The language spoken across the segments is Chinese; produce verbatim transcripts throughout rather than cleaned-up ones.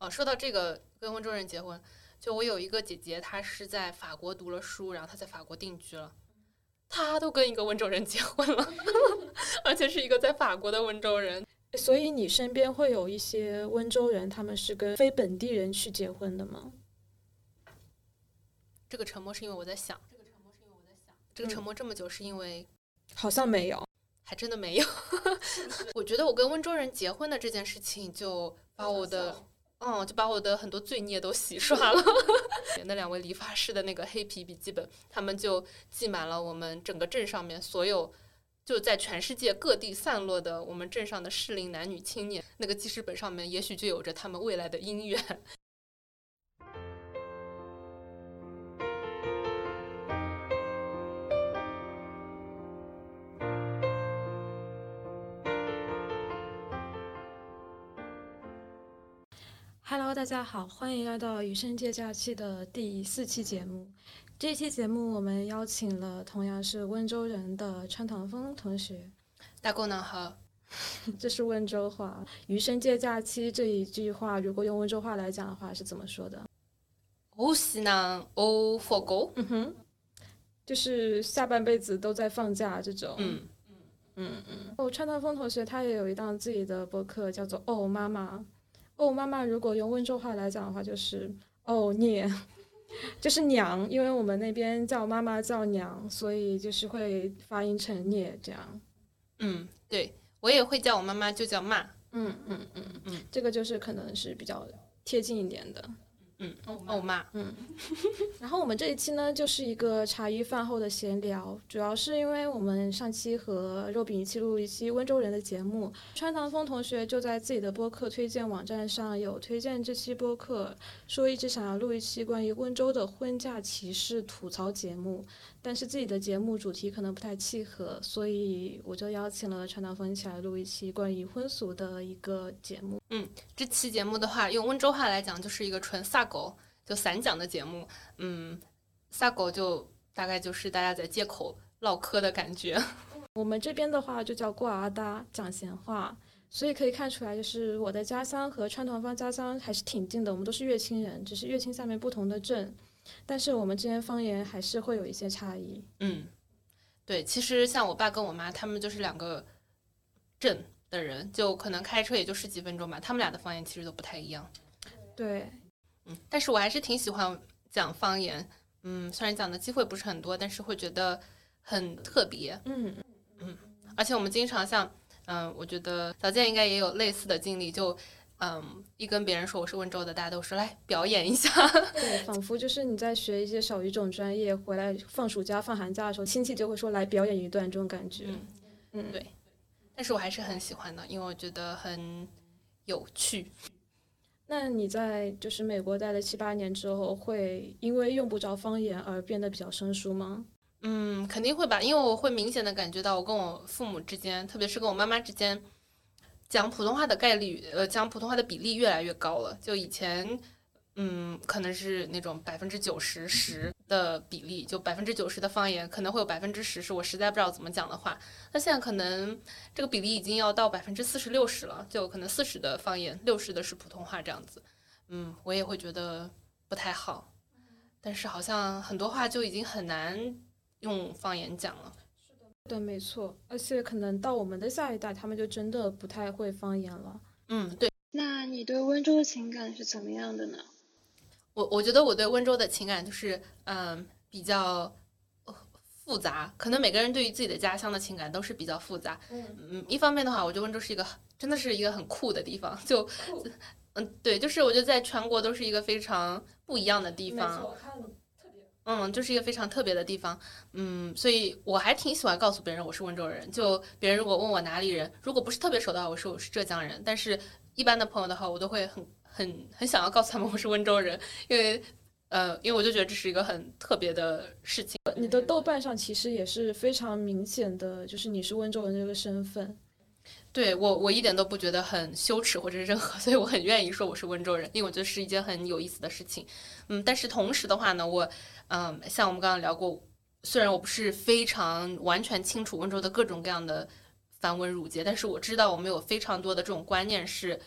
哦，说到这个跟温州人结婚，就我有一个姐姐，她是在法国读了书，然后她在法国定居了，她都跟一个温州人结婚了，而且是一个在法国的温州人。 所以你身边会有一些温州人，他们是跟非本地人去结婚的吗？ 这个沉默是因为我在想，这个沉默是因为我在想，这个沉默这么久是因为、嗯、 好像没有， 还真的没有。我觉得我跟温州人结婚的这件事情，就把我的，嗯，就把我的很多罪孽都洗刷了。那两位理发师的那个黑皮笔记本，他们就记满了我们整个镇上面所有。就在全世界各地散落的我们镇上的适龄男女青年，那个记事本上面也许就有着他们未来的姻缘。 Hello， 大家好，欢迎来到余生界假期的第四期节目。这期节目我们邀请了同样是温州人的川唐风同学。 大家好， 这是温州话。余生界假期这一句话，如果用温州话来讲的话，是怎么说的？ 我希望我放假， 嗯哼，就是下半辈子都在放假这种。 嗯嗯嗯。哦，川唐风同学他也有一档自己的播客，叫做《哦妈妈》。哦妈妈，如果用温州话来讲的话，就是哦孽。就是娘，因为我们那边叫妈妈叫娘，所以就是会发音成孽这样。 嗯，对，我也会叫我妈妈就叫妈。 嗯嗯嗯嗯，这个就是可能是比较贴近一点的。 嗯，哦妈。 嗯，然后我们这一期呢，就是一个茶余饭后的闲聊，主要是因为我们上期和肉饼一起录一期温州人的节目，川唐风同学就在自己的播客推荐网站上有推荐这期播客，说一直想要录一期关于温州的婚嫁歧视吐槽节目，但是自己的节目主题可能不太契合，所以我就邀请了川唐风一起来录一期关于婚俗的一个节目。 嗯，这期节目的话，用温州话来讲，就是一个纯撒狗就散讲的节目。嗯，撒狗就大概就是大家在街口唠嗑的感觉。 我们这边的话就叫挂阿达，讲闲话，所以可以看出来，就是我的家乡和川唐方家乡还是挺近的，我们都是乐清人，只是乐清下面不同的镇，但是我们之间方言还是会有一些差异。 嗯，对，其实像我爸跟我妈他们就是两个镇的人，就可能开车也就十几分钟吧，他们俩的方言其实都不太一样。 对， 嗯，但是我还是挺喜欢讲方言，嗯，虽然讲的机会不是很多，但是会觉得很特别。 嗯嗯，而且我们经常像，嗯，我觉得小健应该也有类似的经历，就嗯，一跟别人说我是温州的，大家都说来表演一下。 对，仿佛就是你在学一些小语种专业，回来放暑假放寒假的时候，亲戚就会说来表演一段这种感觉。 嗯嗯，对。但是我还是很喜欢的，因为我觉得很有趣。 那你在就是美国待了七八年之后，会因为用不着方言而变得比较生疏吗？ 嗯，肯定会吧，因为我会明显的感觉到我跟我父母之间，特别是跟我妈妈之间，讲普通话的概率，呃，讲普通话的比例越来越高了。就以前，嗯，可能是那种百分之九十十的比例，就百分之九十的方言可能会有百分之十是我实在不知道怎么讲的话。那现在可能这个比例已经要到百分之四十六十了，就可能四十的方言，六十的是普通话这样子。嗯，我也会觉得不太好，但是好像很多话就已经很难用方言讲了。 对，没错，而且可能到我们的下一代，他们就真的不太会方言了。 嗯，对。 那你对温州的情感是怎么样的呢？ 我我觉得我对温州的情感就是，嗯，比较复杂。可能每个人对于自己的家乡的情感都是比较复杂。 嗯嗯，一方面的话，我觉得温州是一个真的是一个很酷的地方。就，嗯，对，就是我觉得在全国都是一个非常不一样的地方。 没错， 嗯，就是一个非常特别的地方，嗯，所以我还挺喜欢告诉别人我是温州人。就别人如果问我哪里人，如果不是特别熟的话，我说我是浙江人。但是一般的朋友的话，我都会很很很想要告诉他们我是温州人，因为呃，因为我就觉得这是一个很特别的事情。 你的豆瓣上其实也是非常明显的，就是你是温州人这个身份。 对，我我一点都不觉得很羞耻或者是任何，所以我很愿意说我是温州人，因为我觉得是一件很有意思的事情。嗯，但是同时的话呢，我嗯，像我们刚刚聊过，虽然我不是非常完全清楚温州的各种各样的繁文缛节，但是我知道我们有非常多的这种观念是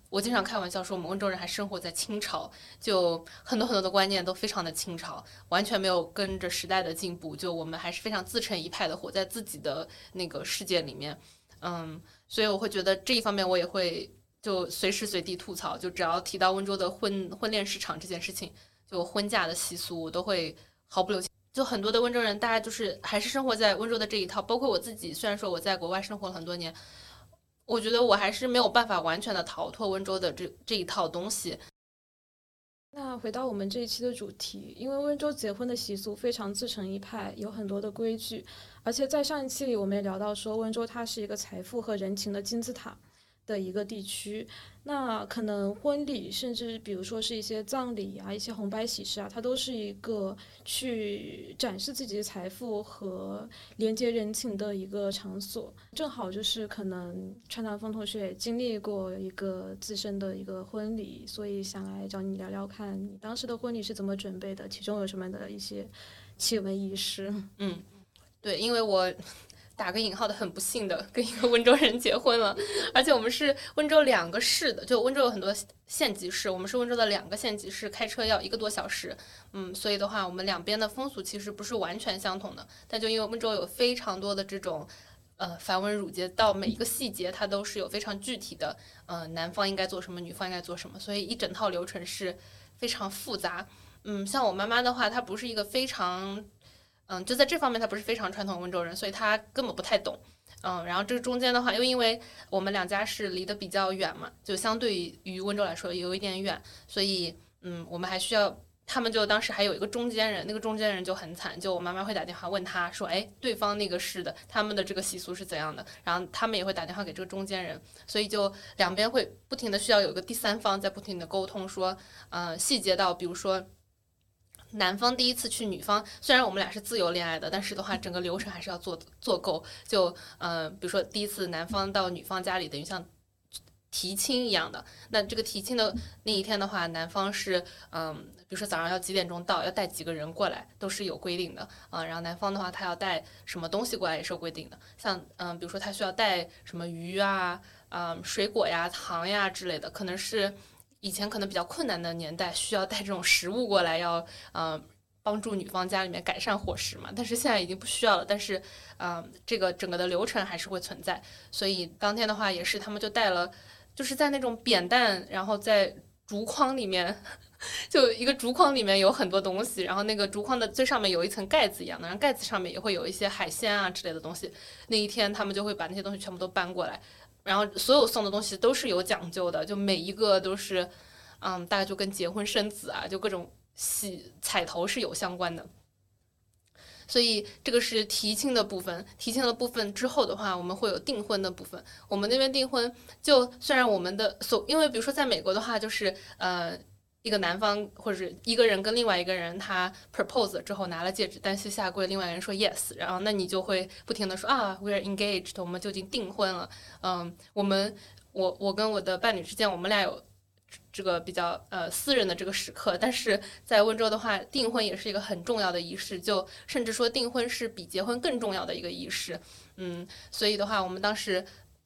我经常开玩笑说，我们温州人还生活在清朝，就很多很多的观念都非常的清朝，完全没有跟着时代的进步，就我们还是非常自成一派的，活在自己的那个世界里面。嗯，所以我会觉得这一方面我也会就随时随地吐槽，就只要提到温州的婚婚恋市场这件事情，就婚嫁的习俗，我都会毫不留情。就很多的温州人，大家就是还是生活在温州的这一套，包括我自己，虽然说我在国外生活了很多年，我觉得我还是没有办法完全的逃脱温州的这这一套东西。 那回到我们这一期的主题，因为温州结婚的习俗非常自成一派，有很多的规矩，而且在上一期里我们也聊到说，温州它是一个财富和人情的金字塔的一个地区，那可能婚礼甚至比如说是一些葬礼啊，一些红白喜事啊，它都是一个去展示自己的财富和连接人情的一个场所。正好就是可能川南风同学也经历过一个自身的一个婚礼，所以想来找你聊聊看你当时的婚礼是怎么准备的，其中有什么的一些奇闻异事。 嗯，对，因为我打个引号的很不幸的跟一个温州人结婚了，而且我们是温州两个市的，就温州有很多县级市，我们是温州的两个县级市，开车要一个多小时，嗯，所以的话我们两边的风俗其实不是完全相同的，但就因为温州有非常多的这种呃繁文缛节，到每一个细节它都是有非常具体的，呃男方应该做什么，女方应该做什么，所以一整套流程是非常复杂。嗯，像我妈妈的话，她不是一个非常嗯，就在这方面他不是非常传统温州人，所以他根本不太懂。嗯，然后这个中间的话，又因为我们两家是离得比较远嘛，就相对于温州来说有一点远，所以嗯，我们还需要他们就当时还有一个中间人，那个中间人就很惨，就我妈妈会打电话问他说，哎，对方那个市的他们的这个习俗是怎样的，然后他们也会打电话给这个中间人，所以就两边会不停的需要有一个第三方在不停的沟通，说，呃，细节到比如说。男方第一次去女方，虽然我们俩是自由恋爱的，但是的话，整个流程还是要做做够。就呃，比如说第一次男方到女方家里，等于像提亲一样的。那这个提亲的那一天的话，男方是嗯、呃，比如说早上要几点钟到，要带几个人过来，都是有规定的啊、呃。然后男方的话，他要带什么东西过来也是有规定的。像嗯、呃，比如说他需要带什么鱼啊、嗯、呃、水果呀、糖呀之类的，可能是。以前可能比较困难的年代，需要带这种食物过来，要呃帮助女方家里面改善伙食嘛。但是现在已经不需要了，但是嗯、呃，这个整个的流程还是会存在。所以当天的话，也是他们就带了，就是在那种扁担，然后在竹筐里面，就一个竹筐里面有很多东西，然后那个竹筐的最上面有一层盖子一样的，然后盖子上面也会有一些海鲜啊之类的东西。那一天他们就会把那些东西全部都搬过来。然后所有送的东西都是有讲究的，就每一个都是，嗯，大概就跟结婚生子啊，就各种喜彩头是有相关的。所以这个是提亲的部分，提亲的部分之后的话，我们会有订婚的部分。我们那边订婚，就虽然我们的所，因为比如说在美国的话，就是呃。一个男方或者一个人跟另外一个人他 propose 之后拿了戒指，单膝下跪，另外一个人说 yes， 然后那你就会不停的说啊 we're engaged， 我们就已经订婚了。嗯，我们我我跟我的伴侣之间，我们俩有这个比较呃私人的这个时刻，但是在温州的话，订婚也是一个很重要的仪式，就甚至说订婚是比结婚更重要的一个仪式。嗯，所以的话，我们当时。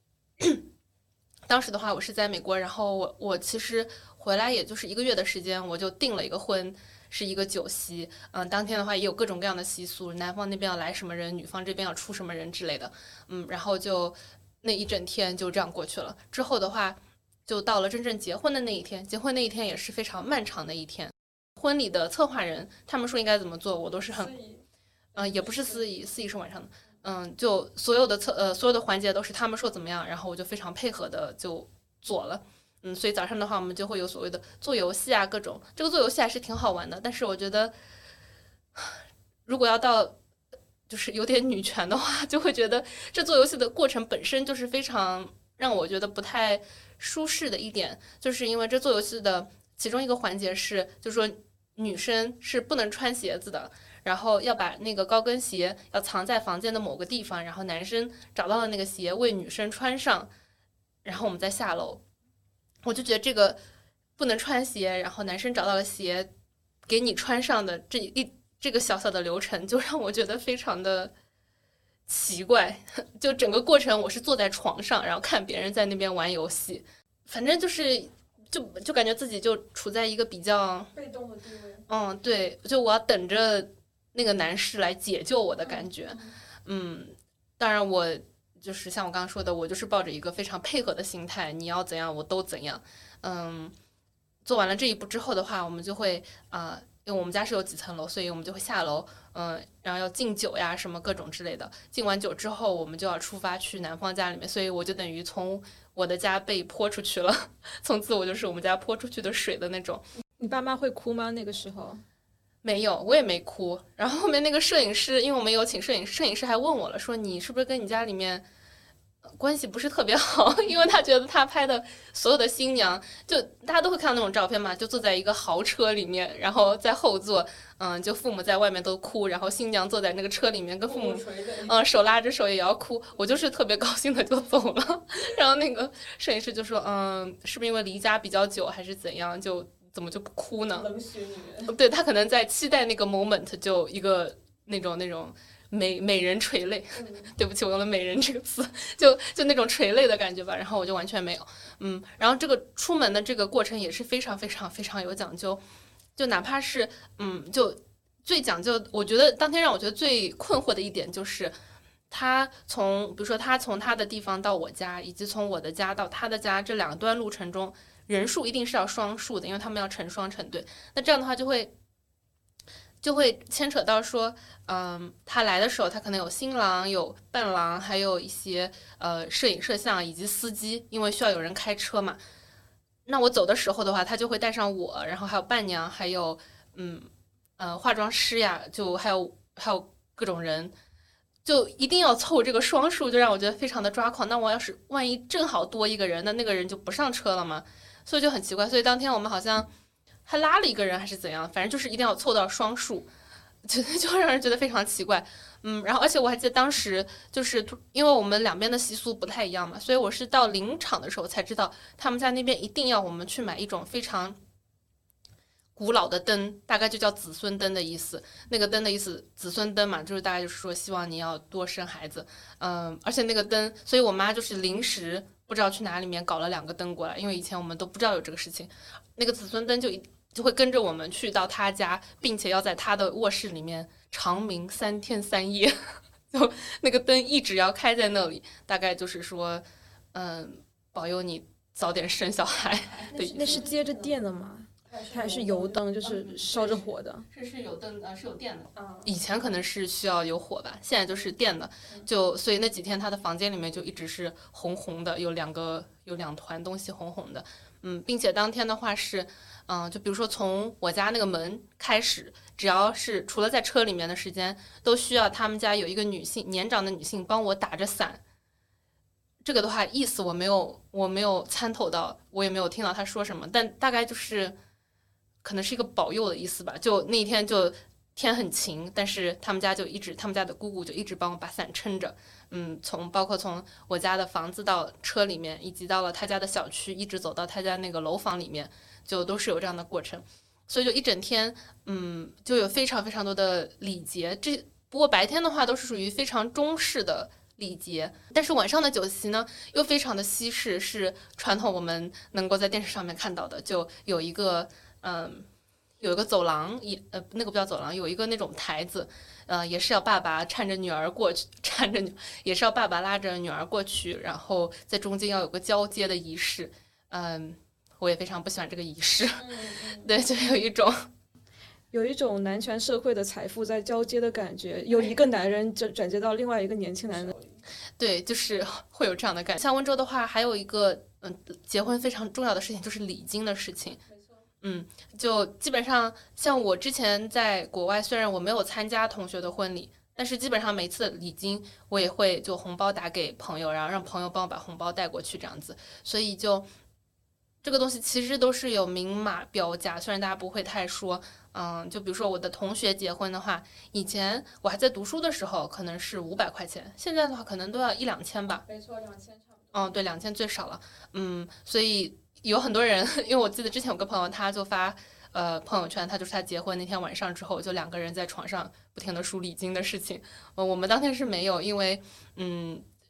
当时的话，我是在美国，然后我我其实回来也就是一个月的时间，我就订了一个婚，是一个酒席。嗯，当天的话也有各种各样的习俗，男方那边要来什么人，女方这边要出什么人之类的。嗯，然后就那一整天就这样过去了。之后的话，就到了真正结婚的那一天，结婚那一天也是非常漫长的一天。婚礼的策划人他们说应该怎么做，我都是很，嗯、呃，也不是司仪，司仪是晚上的。嗯，就所有的策呃所有的环节都是他们说怎么样，然后我就非常配合的就做了。嗯，所以早上的话我们就会有所谓的做游戏啊，各种这个做游戏还是挺好玩的。但是我觉得，如果要到就是有点女权的话，就会觉得这做游戏的过程本身就是非常让我觉得不太舒适的一点，就是因为这做游戏的其中一个环节是，就是说女生是不能穿鞋子的。然后要把那个高跟鞋要藏在房间的某个地方，然后男生找到了那个鞋为女生穿上，然后我们再下楼。我就觉得这个不能穿鞋，然后男生找到了鞋给你穿上的这一这个小小的流程，就让我觉得非常的奇怪。就整个过程我是坐在床上，然后看别人在那边玩游戏， 反正就是就就感觉自己就处在一个比较被动的地位。 嗯，对，就我要等着那个男士来解救我的感觉。嗯，当然我就是像我刚刚说的，我就是抱着一个非常配合的心态，你要怎样我都怎样。嗯，做完了这一步之后的话，我们就会啊、呃，因为我们家是有几层楼，所以我们就会下楼，嗯，然后要敬酒呀，什么各种之类的。敬完酒之后，我们就要出发去男方家里面，所以我就等于从我的家被泼出去了，从此我就是我们家泼出去的水的那种。 你爸妈会哭吗？那个时候？ 没有，我也没哭。然后后面那个摄影师，因为我们有请摄影师，摄影师还问我了，说你是不是跟你家里面关系不是特别好？因为他觉得他拍的所有的新娘，就大家都会看到那种照片嘛，就坐在一个豪车里面，然后在后座，嗯，就父母在外面都哭，然后新娘坐在那个车里面跟父母，嗯，手拉着手也要哭。我就是特别高兴的就走了。然后那个摄影师就说，嗯，是不是因为离家比较久还是怎样？就怎么就不哭呢？ 冷血女人。 对，他可能在期待那个 moment，就一个那种那种美美人垂泪。嗯、对不起，我用了美人这个词，就就那种垂泪的感觉吧。然后我就完全没有，嗯，然后这个出门的这个过程也是非常非常非常有讲究，就哪怕是嗯，就最讲究，我觉得当天让我觉得最困惑的一点就是。他从，比如说他从他的地方到我家，以及从我的家到他的家这两段路程中，人数一定是要双数的，因为他们要成双成对。那这样的话就会就会牵扯到说，嗯，他来的时候他可能有新郎、有伴郎，还有一些呃摄影摄像以及司机，因为需要有人开车嘛。那我走的时候的话，他就会带上我，然后还有伴娘，还有嗯呃化妆师呀，就还有还有各种人。就一定要凑这个双数，就让我觉得非常的抓狂。那我要是万一正好多一个人，那那个人就不上车了吗？所以就很奇怪。所以当天我们好像还拉了一个人还是怎样，反正就是一定要凑到双数，就就让人觉得非常奇怪。嗯，然后而且我还记得当时就是因为我们两边的习俗不太一样嘛，所以我是到临场的时候才知道他们家那边一定要我们去买一种非常古老的灯，大概就叫子孙灯的意思。那个灯的意思，子孙灯嘛，就是大概就是说希望你要多生孩子。嗯，而且那个灯，所以我妈就是临时不知道去哪里面搞了两个灯过来，因为以前我们都不知道有这个事情。那个子孙灯就就会跟着我们去到他家，并且要在他的卧室里面长明三天三夜，就那个灯一直要开在那里，大概就是说，嗯，保佑你早点生小孩。对， 那是接着电的吗？它还是油灯，就是烧着火的。 是是有灯啊，是有电的。以前可能是需要有火吧，现在就是电的。就所以那几天他的房间里面就一直是红红的，有两个有两团东西红红的。嗯，并且当天的话是，嗯、呃，就比如说从我家那个门开始，只要是除了在车里面的时间，都需要他们家有一个女性年长的女性帮我打着伞。这个的话意思我没有我没有参透到，我也没有听到他说什么，但大概就是。可能是一个保佑的意思吧，就那天就天很晴，但是他们家就一直，他们家的姑姑就一直帮我把伞撑着，嗯，从包括从我家的房子到车里面，以及到了他家的小区，一直走到他家那个楼房里面，就都是有这样的过程，所以就一整天，嗯，就有非常非常多的礼节。这不过白天的话都是属于非常中式的礼节，但是晚上的酒席呢又非常的西式，是传统我们能够在电视上面看到的，就有一个。嗯，有一个走廊，也呃那个不叫走廊，有一个那种台子，呃也是要爸爸搀着女儿过去，搀着女也是要爸爸拉着女儿过去，然后在中间要有个交接的仪式。嗯，我也非常不喜欢这个仪式，对，就有一种有一种男权社会的财富在交接的感觉，由一个男人转转接到另外一个年轻男人， 对，就是会有这样的感觉。像温州的话，还有一个嗯结婚非常重要的事情就是礼金的事情。嗯，就基本上像我之前在国外，虽然我没有参加同学的婚礼，但是基本上每次礼金我也会就红包打给朋友，然后让朋友帮我把红包带过去这样子。所以就这个东西其实都是有明码标价，虽然大家不会太说，嗯，就比如说我的同学结婚的话，以前我还在读书的时候可能是五百块钱，现在的话可能都要一两千吧。 没错，两千差不多。 嗯，对，两千最少了。嗯，所以。有很多人，因为我记得之前有个朋友，他就发呃朋友圈，他就是他结婚那天晚上之后，就两个人在床上不停的数礼金的事情。呃，我们当天是没有，因为嗯，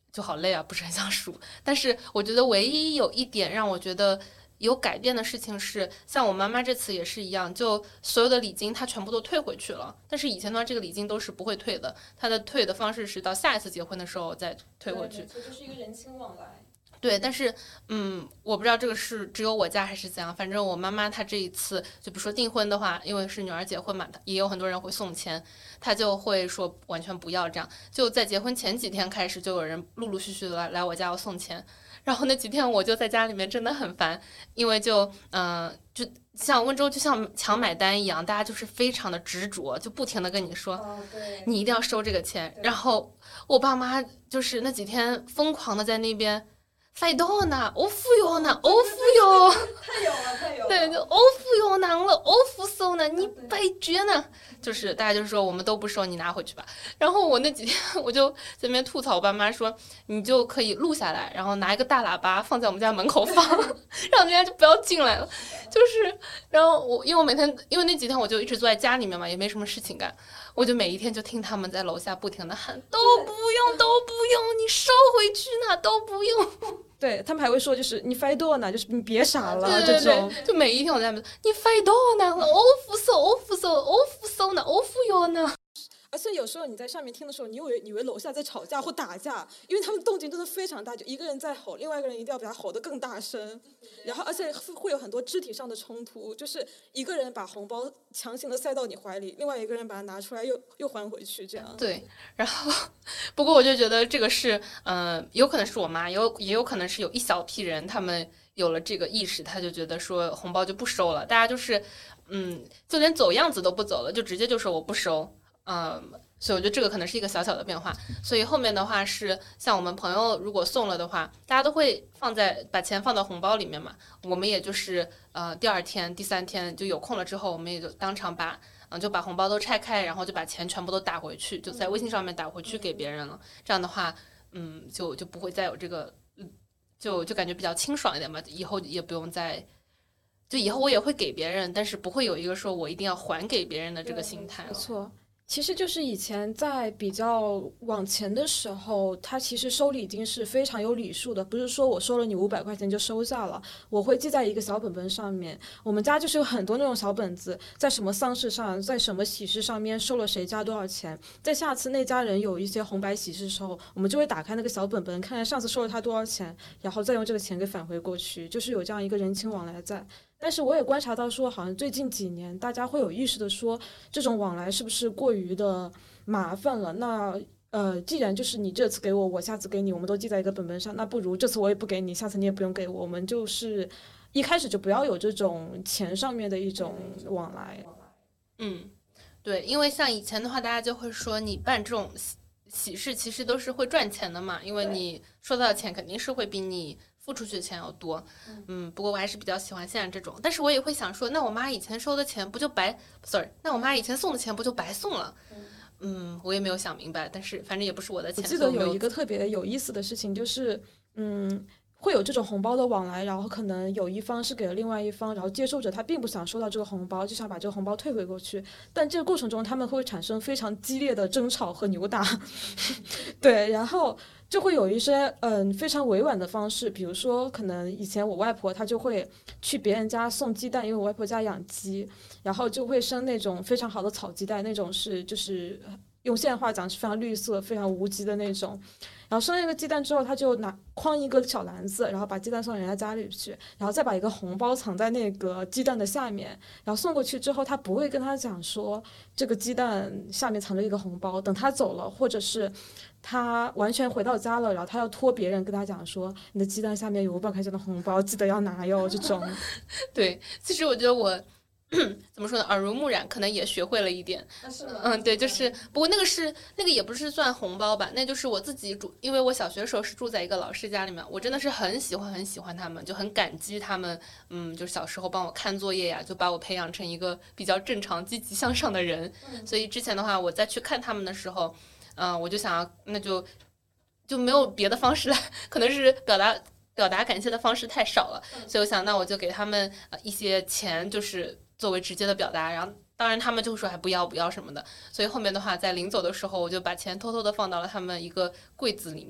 就好累啊，不是很想数。但是我觉得唯一有一点让我觉得有改变的事情是，像我妈妈这次也是一样，就所有的礼金她全部都退回去了。但是以前的话，这个礼金都是不会退的，她的退的方式是到下一次结婚的时候再退回去。 这就是一个人情往来。 对，但是嗯，我不知道这个是只有我家还是怎样。反正我妈妈她这一次，就比如说订婚的话，因为是女儿结婚嘛，也有很多人会送钱，她就会说完全不要这样。就在结婚前几天开始，就有人陆陆续续的来来我家要送钱。然后那几天我就在家里面真的很烦，因为就嗯、呃、就像温州就像抢买单一样，大家就是非常的执着，就不停的跟你说、 哦、 你一定要收这个钱。然后我爸妈就是那几天疯狂的在那边快到呢，我付哟呢，我付哟， 太有了，太有了。 对，就我付哟呢了，我付收呢，你白绝呢，就是大家就说我们都不收，你拿回去吧。然后我那几天我就在那边吐槽我爸妈说，你就可以录下来，然后拿一个大喇叭放在我们家门口放，让人家就不要进来了。就是，然后我因为我每天因为那几天我就一直坐在家里面嘛，也没什么事情干，我就每一天就听他们在楼下不停的喊，都不用，都不用，你收回去呢，都不用。 对，他们还会说，就是你发多呢，就是你别傻了， 对对对， 这种。 就每一天我在那边，你发多呢，我付收，我付收，我付收呢，我付哟呢。 而且有时候你在上面听的时候，你以为以为楼下在吵架或打架，因为他们动静真的非常大，就一个人在吼，另外一个人一定要比他吼得更大声，然后而且会有很多肢体上的冲突，就是一个人把红包强行的塞到你怀里，另外一个人把它拿出来又又还回去，这样。 对，然后不过我就觉得这个是，嗯、呃，有可能是我妈，有也有可能是有一小批人，他们有了这个意识，他就觉得说红包就不收了，大家就是，嗯，就连走样子都不走了，就直接就说我不收。嗯，所以我觉得这个可能是一个小小的变化。所以后面的话是像我们朋友如果送了的话，大家都会放在把钱放到红包里面嘛。我们也就是呃第二天、第三天就有空了之后，我们也就当场把嗯就把红包都拆开，然后就把钱全部都打回去，就在微信上面打回去给别人了。这样的话，嗯，就就不会再有这个，就就感觉比较清爽一点吧。以后也不用再。就以后我也会给别人，但是不会有一个说我一定要还给别人的这个心态了。 没错。其实就是以前在比较往前的时候，他其实收礼金是非常有礼数的，不是说我收了你五百块钱就收下了，我会记在一个小本本上面。我们家就是有很多那种小本子，在什么丧事上，在什么喜事上面收了谁家多少钱，在下次那家人有一些红白喜事的时候，我们就会打开那个小本本，看看上次收了他多少钱，然后再用这个钱给返回过去，就是有这样一个人情往来在。但是我也观察到说，好像最近几年大家会有意识的说，这种往来是不是过于的麻烦了？那呃，既然就是你这次给我，我下次给你，我们都记在一个本本上，那不如这次我也不给你，下次你也不用给我，我们就是一开始就不要有这种钱上面的一种往来。 嗯，对，因为像以前的话，大家就会说你办这种喜事其实都是会赚钱的嘛，因为你收到的钱肯定是会比你付出去的钱要多。嗯，不过我还是比较喜欢现在这种，但是我也会想说，那我妈以前收的钱不就白 sorry 那我妈以前送的钱不就白送了？嗯，我也没有想明白，但是反正也不是我的钱。 我记得有一个特别有意思的事情，就是嗯会有这种红包的往来，然后可能有一方是给了另外一方，然后接受者他并不想收到这个红包，就想把这个红包退回过去，但这个过程中他们会产生非常激烈的争吵和扭打对，然后就会有一些嗯非常委婉的方式，比如说可能以前我外婆她就会去别人家送鸡蛋，因为我外婆家养鸡，然后就会生那种非常好的草鸡蛋，那种是就是用现在话讲是非常绿色非常无机的那种，然后生了一个鸡蛋之后，他就拿框一个小篮子，然后把鸡蛋送人家家里去，然后再把一个红包藏在那个鸡蛋的下面，然后送过去之后，他不会跟他讲说这个鸡蛋下面藏着一个红包，等他走了，或者是他完全回到家了，然后他要托别人跟他讲说你的鸡蛋下面有五百块钱的红包，记得要拿哟，这种。 对，其实我觉得我怎么说呢，耳濡目染，可能也学会了一点。嗯，对，就是不过那个是那个也不是算红包吧，那就是我自己住，因为我小学的时候是住在一个老师家里面，我真的是很喜欢很喜欢他们，就很感激他们。嗯，就是小时候帮我看作业呀，就把我培养成一个比较正常、积极向上的人。所以之前的话，我再去看他们的时候，嗯、呃，我就想要那就就没有别的方式来，可能是表达。表达感谢的方式太少了，所以我想，那我就给他们呃一些钱，就是作为直接的表达。然后，当然他们就说还不要不要什么的。所以后面的话，在临走的时候，我就把钱偷偷的放到了他们一个柜子里面。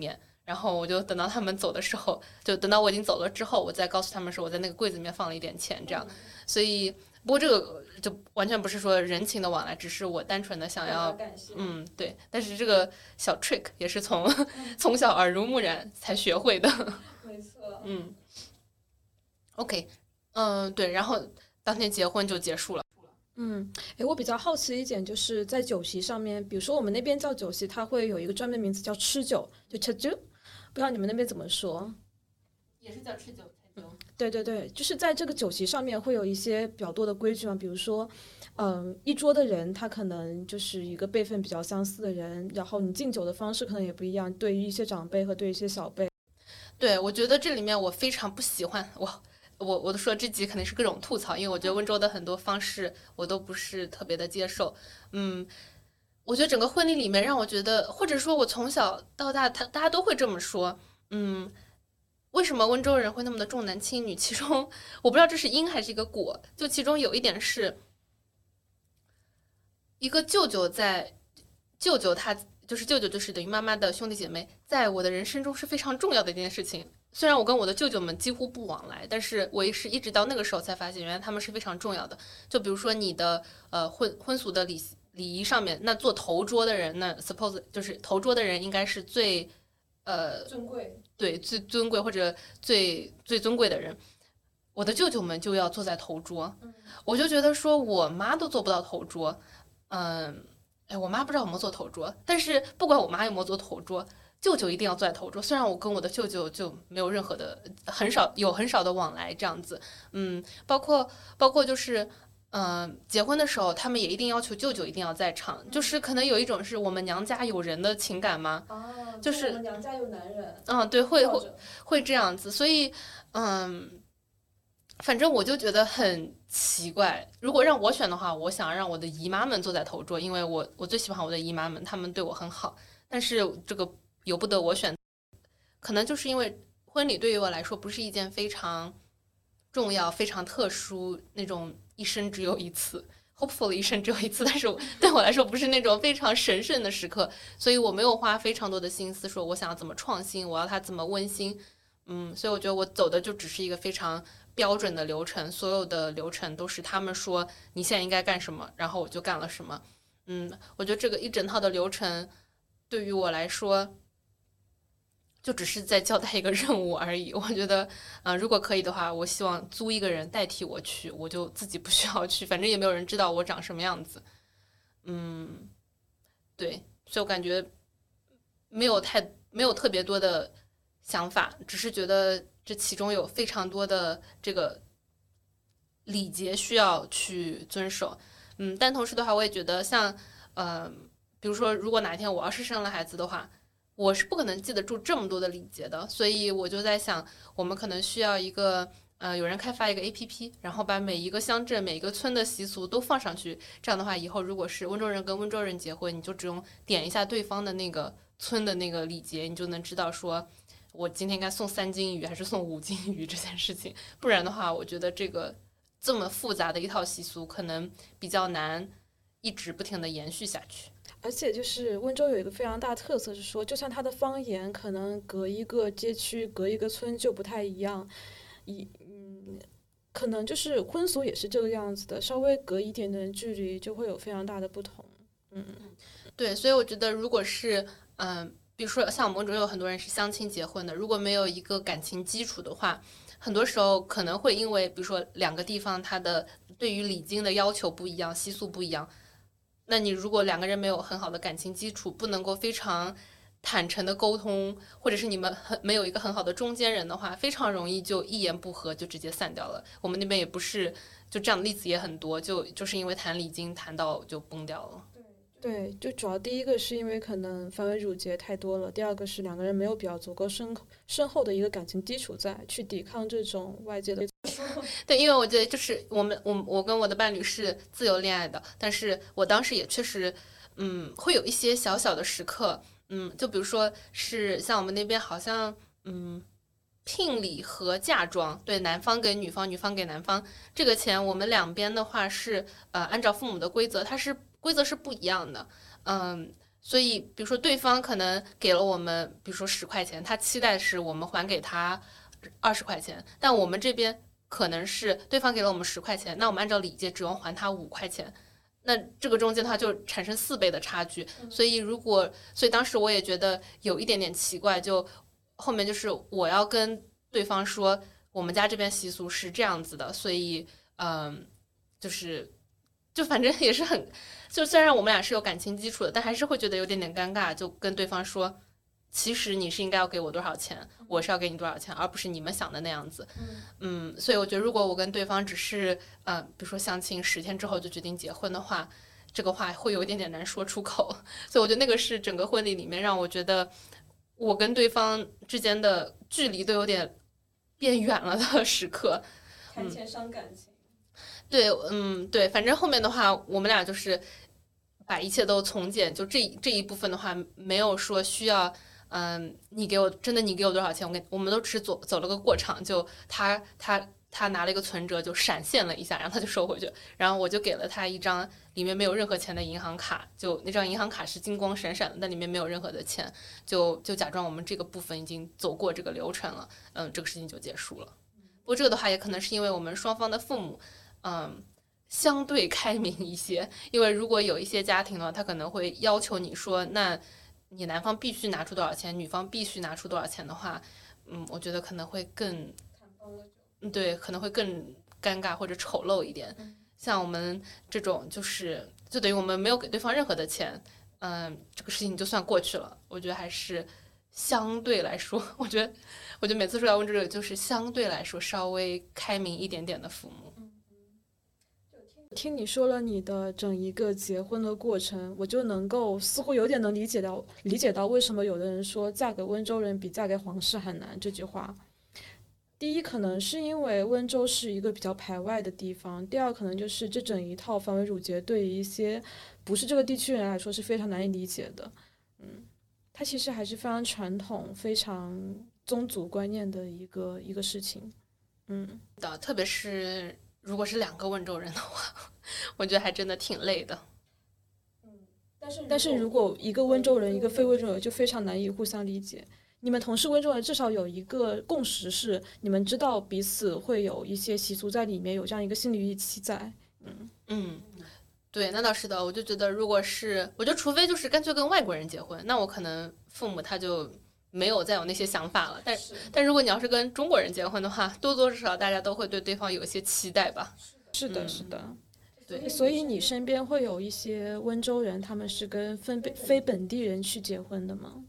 然后我就等到他们走的时候，就等到我已经走了之后，我再告诉他们说我在那个柜子里面放了一点钱，这样。所以，不过这个就完全不是说人情的往来，只是我单纯的想要，嗯，对。但是这个小 trick 也是从从小耳濡目染才学会的。 没错。 嗯。OK， 嗯，对，然后当天结婚就结束了。 嗯，诶，我比较好奇一点，就是在酒席上面，比如说我们那边叫酒席，它会有一个专门名字叫吃酒，就吃酒，不知道你们那边怎么说？ 也是叫吃酒。 对对对，就是在这个酒席上面会有一些比较多的规矩嘛，比如说，嗯，一桌的人他可能就是一个辈分比较相似的人，然后你敬酒的方式可能也不一样，对于一些长辈和对于一些小辈。 对，我觉得这里面我非常不喜欢我。我我都说这集肯定是各种吐槽，因为我觉得温州的很多方式我都不是特别的接受。嗯，我觉得整个婚礼里面让我觉得，或者说我从小到大，他大家都会这么说。嗯，为什么温州人会那么的重男轻女？其中我不知道这是因还是一个果，就其中有一点是，一个舅舅在舅舅他就是舅舅就是等于妈妈的兄弟姐妹，在我的人生中是非常重要的一件事情。虽然我跟我的舅舅们几乎不往来，但是我也是一直到那个时候才发现，原来他们是非常重要的。就比如说你的呃婚婚俗的礼礼仪上面，那做头桌的人，那 suppose 就是头桌的人应该是最呃尊贵， 对，最尊贵或者最最尊贵的人。我的舅舅们就要坐在头桌， 嗯、 我就觉得说我妈都做不到头桌，嗯，哎，我妈不知道有没有做头桌，但是不管我妈有没有做头桌。舅舅一定要坐在头桌，虽然我跟我的舅舅就没有任何的很少有很少的往来这样子，嗯，包括包括就是，嗯、呃，结婚的时候他们也一定要求舅舅一定要在场，就是可能有一种是我们娘家有人的情感吗？ 哦， 就是我们娘家有男人， 嗯，对，会会会这样子，所以嗯，反正我就觉得很奇怪。如果让我选的话，我想让我的姨妈们坐在头桌，因为我我最喜欢我的姨妈们，她们对我很好，但是这个。由不得我选，可能就是因为婚礼对于我来说不是一件非常重要、非常特殊那种一生只有一次 ，hopefully 一生只有一次，但是对我来说不是那种非常神圣的时刻，所以我没有花非常多的心思说我想要怎么创新，我要它怎么温馨，嗯，所以我觉得我走的就只是一个非常标准的流程，所有的流程都是他们说你现在应该干什么，然后我就干了什么，嗯，我觉得这个一整套的流程对于我来说。就只是在交代一个任务而已。我觉得，嗯、呃，如果可以的话，我希望租一个人代替我去，我就自己不需要去，反正也没有人知道我长什么样子。嗯，对，所以我感觉没有太没有特别多的想法，只是觉得这其中有非常多的这个礼节需要去遵守。嗯，但同时的话，我也觉得像，呃，比如说，如果哪一天我要是生了孩子的话。我是不可能记得住这么多的礼节的，所以我就在想，我们可能需要一个呃，有人开发一个 A P P， 然后把每一个乡镇、每一个村的习俗都放上去。这样的话，以后如果是温州人跟温州人结婚，你就只用点一下对方的那个村的那个礼节，你就能知道说，我今天应该送三斤鱼还是送五斤鱼这件事情。不然的话，我觉得这个这么复杂的一套习俗，可能比较难一直不停的延续下去。 而且就是温州有一个非常大特色是说，就算它的方言可能隔一个街区、隔一个村就不太一样，一嗯，可能就是婚俗也是这个样子的，稍微隔一点点距离就会有非常大的不同。嗯， 对，所以我觉得如果是嗯、呃，比如说像我们温州有很多人是相亲结婚的，如果没有一个感情基础的话，很多时候可能会因为比如说两个地方它的对于礼金的要求不一样，习俗不一样。那你如果两个人没有很好的感情基础，不能够非常坦诚的沟通，或者是你们很没有一个很好的中间人的话，非常容易就一言不合就直接散掉了。我们那边也不是就这样的例子也很多，就就是因为谈礼金谈到就崩掉了。 对，就主要第一个是因为可能繁文缛节太多了，第二个是两个人没有比较足够深深厚的一个感情基础在去抵抗这种外界的。 对，因为我觉得就是我们我我跟我的伴侣是自由恋爱的，但是我当时也确实，嗯，会有一些小小的时刻，嗯，就比如说是像我们那边好像，嗯，聘礼和嫁妆，对，男方给女方，女方给男方，这个钱我们两边的话是呃按照父母的规则，它是规则是不一样的，嗯。 所以比如说对方可能给了我们比如说十块钱，他期待是我们还给他二十块钱，但我们这边可能是对方给了我们十块钱，那我们按照礼节只用还他五块钱，那这个中间的话就产生四倍的差距。所以如果所以当时我也觉得有一点点奇怪，就后面就是我要跟对方说我们家这边习俗是这样子的，所以嗯，就是就反正也是很，就虽然我们俩是有感情基础的，但还是会觉得有点点尴尬，就跟对方说，其实你是应该要给我多少钱，我是要给你多少钱，而不是你们想的那样子。嗯，所以我觉得如果我跟对方只是呃，比如说相亲十天之后就决定结婚的话，这个话会有一点点难说出口。所以我觉得那个是整个婚礼里面让我觉得我跟对方之间的距离都有点变远了的时刻。 谈钱伤感情。 对，嗯，对，反正后面的话，我们俩就是把一切都从简，就这这一部分的话，没有说需要，嗯，你给我真的你给我多少钱，我跟我们都只是走走了个过场，就他他他拿了一个存折，就闪现了一下，然后他就收回去，然后我就给了他一张里面没有任何钱的银行卡，就那张银行卡是金光闪闪的，但里面没有任何的钱，就就假装我们这个部分已经走过这个流程了，嗯，这个事情就结束了。不过这个的话，也可能是因为我们双方的父母。嗯，相对开明一些，因为如果有一些家庭的话，他可能会要求你说，那你男方必须拿出多少钱，女方必须拿出多少钱的话，嗯，我觉得可能会更，嗯，对，可能会更尴尬或者丑陋一点。像我们这种，就是就等于我们没有给对方任何的钱，嗯，这个事情就算过去了。我觉得还是相对来说，我觉得，我觉得每次说到问这个，就是相对来说稍微开明一点点的父母。 听你说了你的整一个结婚的过程，我就能够似乎有点能理解到理解到为什么有的人说嫁给温州人比嫁给皇室还难这句话。第一，可能是因为温州是一个比较排外的地方；第二，可能就是这整一套繁文缛节对于一些不是这个地区人来说是非常难以理解的。嗯，它其实还是非常传统、非常宗族观念的一个一个事情。嗯， 的，特别是如果是两个温州人的话，我觉得还真的挺累的。 但是但是如果一个温州人，一个非温州人，就非常难以互相理解。你们同是温州人，至少有一个共识是，你们知道彼此会有一些习俗在里面，有这样一个心理预期在。嗯嗯，对，那倒是的。我就觉得，如果是，我觉得除非就是干脆跟外国人结婚，那我可能父母他就没有再有那些想法了。但是，但如果你要是跟中国人结婚的话，多多少少大家都会对对方有一些期待吧。 是的，是的。嗯， 对， 所以你身边会有一些温州人，他们是跟非非本地人去结婚的吗？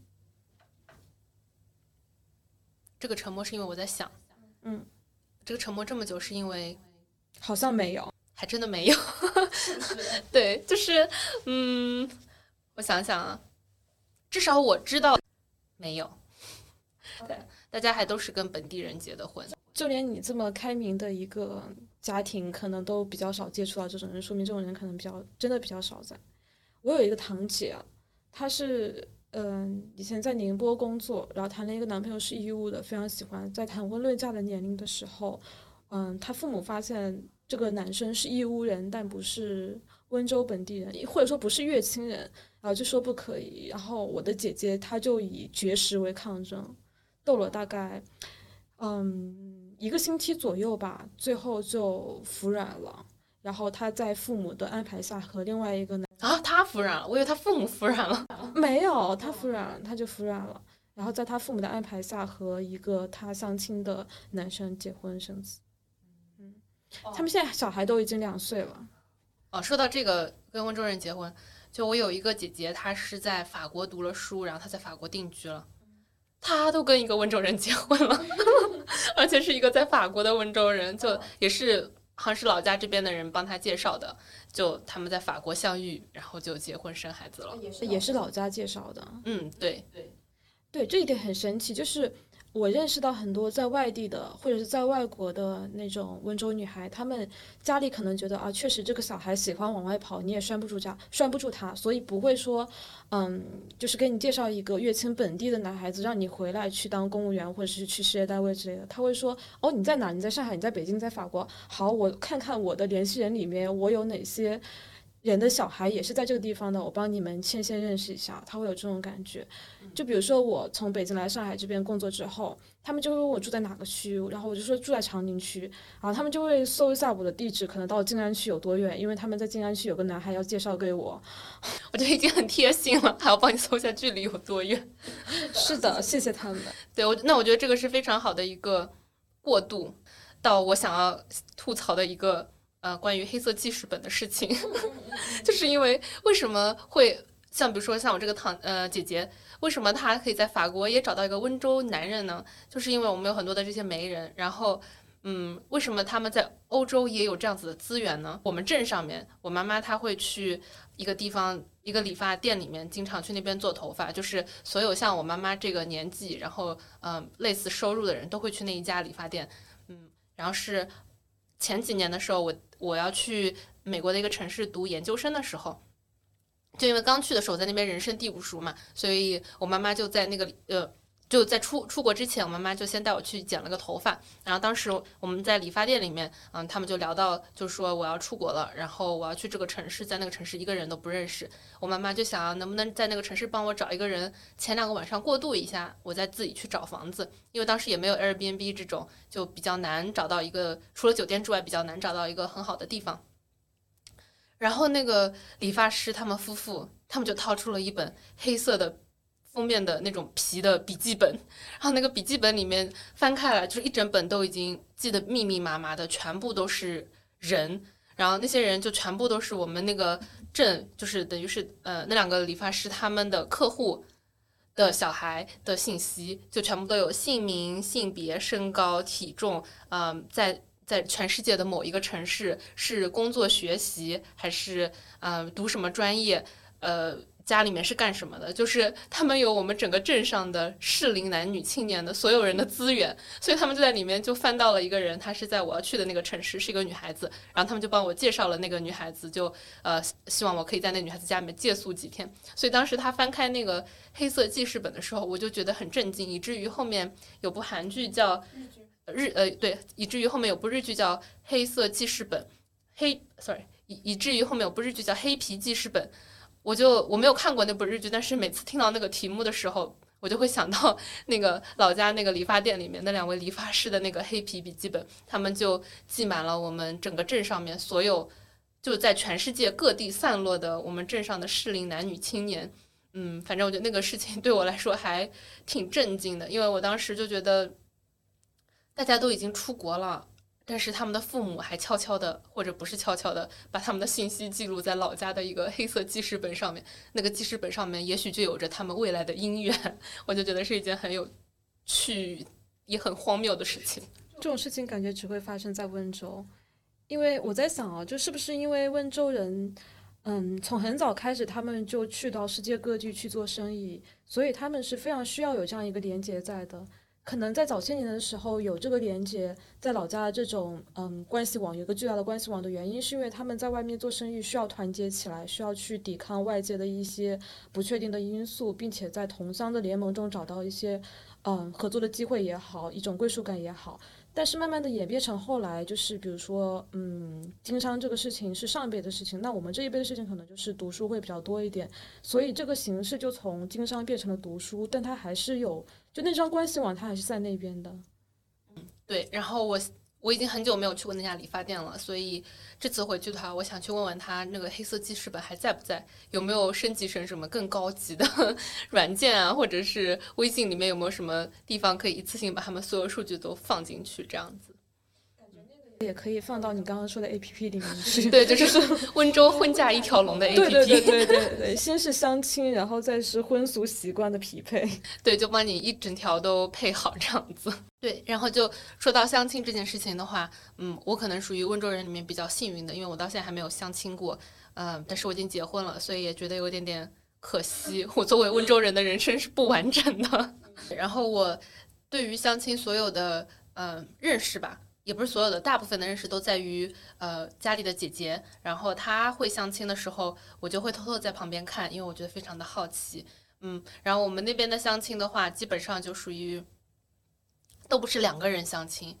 这个沉默是因为我在想， 嗯， 这个沉默这么久是因为好像没有， 还真的没有。对，就是嗯，我想想啊，至少我知道没有。对，大家还都是跟本地人结的婚。 就连你这么开明的一个家庭，可能都比较少接触到这种人，说明这种人可能比较真的比较少在。我有一个堂姐啊，她是嗯以前在宁波工作，然后谈了一个男朋友是义乌的，非常喜欢。在谈婚论嫁的年龄的时候，嗯，她父母发现这个男生是义乌人，但不是温州本地人，或者说不是乐清人，然后就说不可以。然后我的姐姐她就以绝食为抗争，斗了大概嗯一个星期左右吧，最后就服软了。然后她在父母的安排下和另外一个男啊，他服软了，我以为他父母服软了。 没有，他服软了，他就服软了。然后在他父母的安排下和一个他相亲的男生结婚生子。嗯，他们现在小孩都已经两岁了。 哦，说到这个跟温州人结婚，就我有一个姐姐，她是在法国读了书，然后她在法国定居了，她都跟一个温州人结婚了，而且是一个在法国的温州人，就也是好像是老家这边的人帮她介绍的，就他们在法国相遇，然后就结婚生孩子了， 也是老家介绍的。 嗯，对对对，这一点很神奇，就是我认识到很多在外地的或者是在外国的那种温州女孩，她们家里可能觉得啊，确实这个小孩喜欢往外跑，你也拴不住家，拴不住他，所以不会说，嗯，就是给你介绍一个乐清本地的男孩子，让你回来去当公务员或者是去事业单位之类的。他会说，哦，你在哪？你在上海？你在北京？在法国？好，我看看我的联系人里面我有哪些人的小孩也是在这个地方的，我帮你们牵线认识一下，他会有这种感觉。就比如说我从北京来上海这边工作之后，他们就会问我住在哪个区，然后我就说住在长宁区，然后他们就会搜一下我的地址，可能到静安区有多远，因为他们在静安区有个男孩要介绍给我。 我觉得已经很贴心了，还要帮你搜一下距离有多远。 是的，谢谢他们。 对，我那我觉得这个是非常好的一个过渡到我想要吐槽的一个呃关于黑色记事本的事情。就是因为为什么会像比如说像我这个堂呃姐姐，为什么她可以在法国也找到一个温州男人呢？就是因为我们有很多的这些媒人，然后嗯，为什么他们在欧洲也有这样子的资源呢？我们镇上面，我妈妈她会去一个地方一个理发店里面，经常去那边做头发，就是所有像我妈妈这个年纪，然后嗯、呃、类似收入的人都会去那一家理发店。嗯，然后是前几年的时候，我我要去美国的一个城市读研究生的时候，就因为刚去的时候在那边人生地不熟嘛，所以我妈妈就在那个呃就在出出国之前，我妈妈就先带我去剪了个头发。然后当时我们在理发店里面，嗯，他们就聊到，就说我要出国了，然后我要去这个城市，在那个城市一个人都不认识。我妈妈就想能不能在那个城市帮我找一个人，前两个晚上过渡一下，我再自己去找房子。因为当时也没有 Airbnb 这种，就比较难找到一个，除了酒店之外，比较难找到一个很好的地方。然后那个理发师他们夫妇，他们就掏出了一本黑色的封面的那种皮的笔记本，然后那个笔记本里面翻开来，就是一整本都已经记得密密麻麻的，全部都是人，然后那些人就全部都是我们那个镇，就是等于是呃那两个理发师他们的客户的小孩的信息，就全部都有姓名、性别、身高、体重，嗯、呃，在。在全世界的某一个城市是工作学习还是呃读什么专业，呃家里面是干什么的，就是他们有我们整个镇上的适龄男女青年的所有人的资源，所以他们就在里面就翻到了一个人，她是在我要去的那个城市，是一个女孩子，然后他们就帮我介绍了那个女孩子，就呃希望我可以在那女孩子家里面借宿几天。所以当时他翻开那个黑色记事本的时候，我就觉得很震惊，以至于后面有部韩剧叫日呃对，以至于后面有部日剧叫《黑色记事本》，黑 sorry 以以至于后面有部日剧叫《黑皮记事本》，我就我没有看过那部日剧，但是每次听到那个题目的时候，我就会想到那个老家那个理发店里面那两位理发师的那个黑皮笔记本，他们就记满了我们整个镇上面所有就在全世界各地散落的我们镇上的适龄男女青年。嗯，反正我觉得那个事情对我来说还挺震惊的，因为我当时就觉得。大家都已经出国了，但是他们的父母还悄悄的，或者不是悄悄的，把他们的信息记录在老家的一个黑色记事本上面。那个记事本上面也许就有着他们未来的姻缘，我就觉得是一件很有趣也很荒谬的事情。 这种事情感觉只会发生在温州，因为我在想啊，就是不是因为温州人，嗯，从很早开始他们就去到世界各地去做生意，所以他们是非常需要有这样一个连接在的。可能在早些年的时候有这个连接，在老家的这种嗯关系网有一个巨大的关系网的原因，是因为他们在外面做生意需要团结起来，需要去抵抗外界的一些不确定的因素，并且在同乡的联盟中找到一些嗯合作的机会也好，一种归属感也好。但是慢慢的演变成后来就是比如说嗯经商这个事情是上一辈的事情，那我们这一辈的事情可能就是读书会比较多一点，所以这个形式就从经商变成了读书，但它还是有就那张关系网它还是在那边的。 嗯，对，然后我我已经很久没有去过那家理发店了，所以这次回去的话，我想去问问他那个黑色记事本还在不在，有没有升级成什么更高级的软件啊，或者是微信里面有没有什么地方可以一次性把他们所有数据都放进去，这样子。 也可以放到你刚刚说的 A P P 里面去。 对，就是温州婚嫁一条龙的 A P P。 对对对对对对，先是相亲，然后再是婚俗习惯的匹配。 对，就帮你一整条都配好这样子。对，然后就说到相亲这件事情的话，嗯，我可能属于温州人里面比较幸运的，因为我到现在还没有相亲过，嗯、呃，但是我已经结婚了，所以也觉得有点点可惜。我作为温州人的人生是不完整的。然后我对于相亲所有的嗯、呃、认识吧。也不是所有的，大部分的认识都在于呃家里的姐姐，然后她会相亲的时候，我就会偷偷在旁边看，因为我觉得非常的好奇，嗯，然后我们那边的相亲的话，基本上就属于都不是两个人相亲，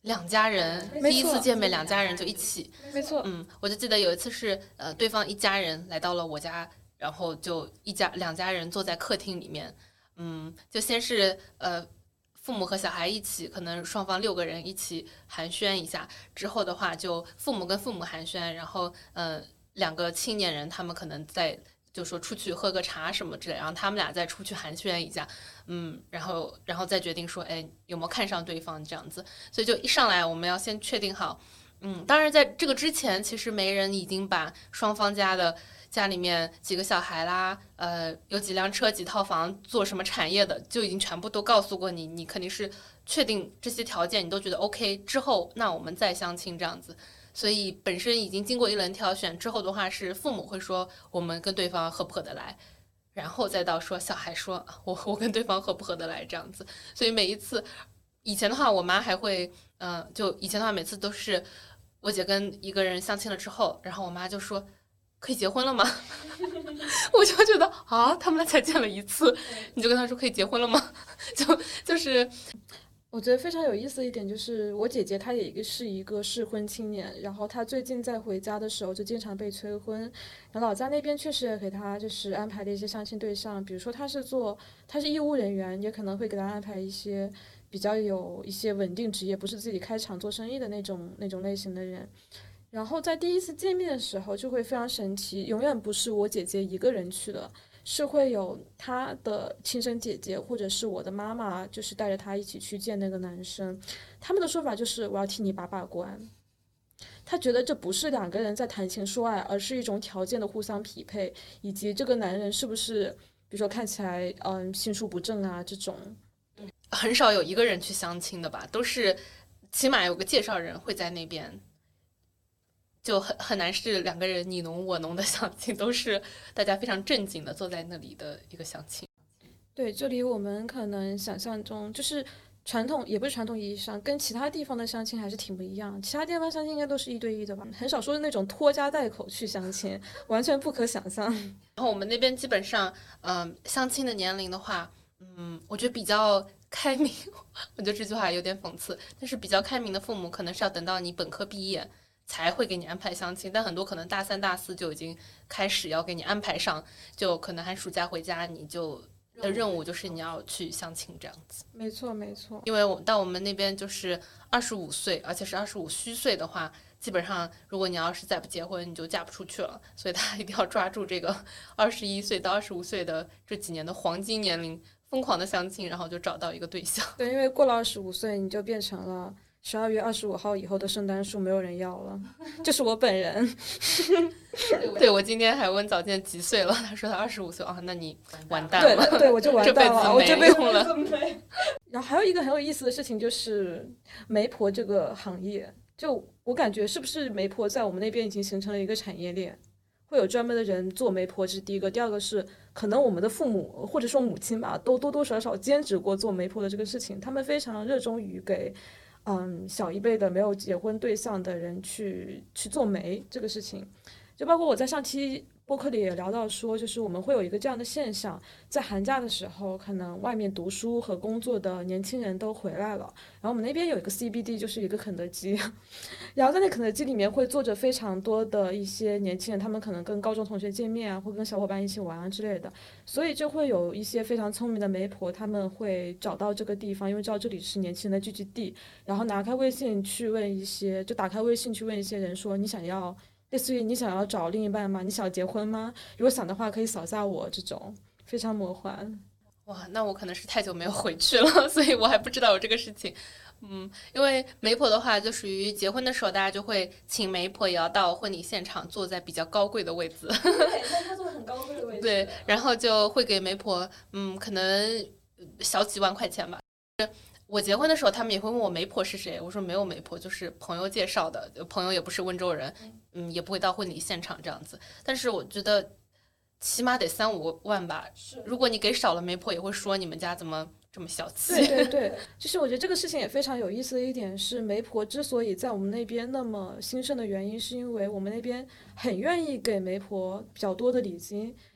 两家人没错第一次见面，两家人就一起。 没错， 嗯，我就记得有一次是呃，对方一家人来到了我家，然后就一家两家人坐在客厅里面，嗯，就先是呃。父母和小孩一起，可能双方六个人一起寒暄一下。之后的话，就父母跟父母寒暄，然后呃，两个青年人他们可能在就说出去喝个茶什么之类，然后他们俩再出去寒暄一下，嗯，然后然后再决定说，哎，有没有看上对方这样子。所以就一上来我们要先确定好，嗯，当然在这个之前，其实媒人已经把双方家的。家里面几个小孩啦，呃，有几辆车、几套房，做什么产业的，就已经全部都告诉过你。你肯定是确定这些条件，你都觉得 OK 之后，那我们再相亲这样子。所以本身已经经过一轮挑选之后的话，是父母会说我们跟对方合不合得来，然后再到说小孩说我我跟对方合不合得来这样子。所以每一次，以前的话，我妈还会，嗯、呃，就以前的话，每次都是我姐跟一个人相亲了之后，然后我妈就说。可以结婚了吗？我就觉得啊，他们俩才见了一次，你就跟他说可以结婚了吗？就就是， 我觉得非常有意思的一点就是，我姐姐她也是一个适婚青年，然后她最近在回家的时候就经常被催婚，然后老家那边确实也给她就是安排了一些相亲对象，比如说她是做她是医务人员，也可能会给她安排一些比较有一些稳定职业，不是自己开厂做生意的那种那种类型的人。然后在第一次见面的时候就会非常神奇，永远不是我姐姐一个人去的，是会有她的亲生姐姐或者是我的妈妈，就是带着她一起去见那个男生。他们的说法就是我要替你把把关，他觉得这不是两个人在谈情说爱，而是一种条件的互相匹配，以及这个男人是不是比如说看起来嗯心术不正啊这种。 很少有一个人去相亲的吧，都是起码有个介绍人会在那边。就很很难是两个人你侬我侬的相亲，都是大家非常正经的坐在那里的一个相亲。 对，这里我们可能想象中就是传统，也不是传统意义上，跟其他地方的相亲还是挺不一样。其他地方相亲应该都是一对一的吧，很少说的那种拖家带口去相亲，完全不可想象。 然后我们那边基本上，嗯、呃，相亲的年龄的话，嗯，我觉得比较开明。我觉得这句话有点讽刺，但是比较开明的父母可能是要等到你本科毕业。才会给你安排相亲，但很多可能大三大四就已经开始要给你安排上，就可能寒暑假回家你就的任务就是你要去相亲这样子。 没错没错， 因为我到我们那边就是二十五岁，而且是二十五虚岁的话，基本上如果你要是再不结婚，你就嫁不出去了。所以大家一定要抓住这个二十一岁到二十五岁的这几年的黄金年龄，疯狂的相亲，然后就找到一个对象。 对，因为过了二十五岁，你就变成了。十二月二十五号以后的圣诞树没有人要了，就是我本人。 对，我今天还问早见几岁了，他说他二十五岁啊，那你完蛋了。 对对，我就完蛋了，我这辈子没用了。 然后还有一个很有意思的事情就是媒婆这个行业，就我感觉是不是媒婆在我们那边已经形成了一个产业链，会有专门的人做媒婆，这是第一个。第二个是可能我们的父母或者说母亲吧，都多多少少兼职过做媒婆的这个事情，他们非常热衷于给。嗯，小一辈的没有结婚对象的人去去做媒这个事情，就包括我在上期播客里也聊到说，就是我们会有一个这样的现象，在寒假的时候，可能外面读书和工作的年轻人都回来了，然后我们那边有一个 C B D， 就是一个肯德基，然后在那肯德基里面会坐着非常多的一些年轻人，他们可能跟高中同学见面啊，或跟小伙伴一起玩啊之类的，所以就会有一些非常聪明的媒婆，他们会找到这个地方，因为知道这里是年轻人的聚集地，然后拿开微信去问一些，就打开微信去问一些人说你想要。类似于你想要找另一半吗？你想要结婚吗？如果想的话，可以扫下我，这种非常魔幻。 哇，那我可能是太久没有回去了，所以我还不知道有这个事情。嗯，因为媒婆的话，就属于结婚的时候，大家就会请媒婆也要到婚礼现场，坐在比较高贵的位置。 对，他坐很高贵的位置。 对，然后就会给媒婆，嗯，可能小几万块钱吧。我结婚的时候，他们也会问我媒婆是谁，我说没有媒婆，就是朋友介绍的，朋友也不是温州人，嗯，也不会到婚礼现场这样子。但是我觉得起码得三五万吧，如果你给少了，媒婆也会说你们家怎么这么小气。 对对对，就是我觉得这个事情也非常有意思的一点是，媒婆之所以在我们那边那么兴盛的原因，是因为我们那边很愿意给媒婆比较多的礼金。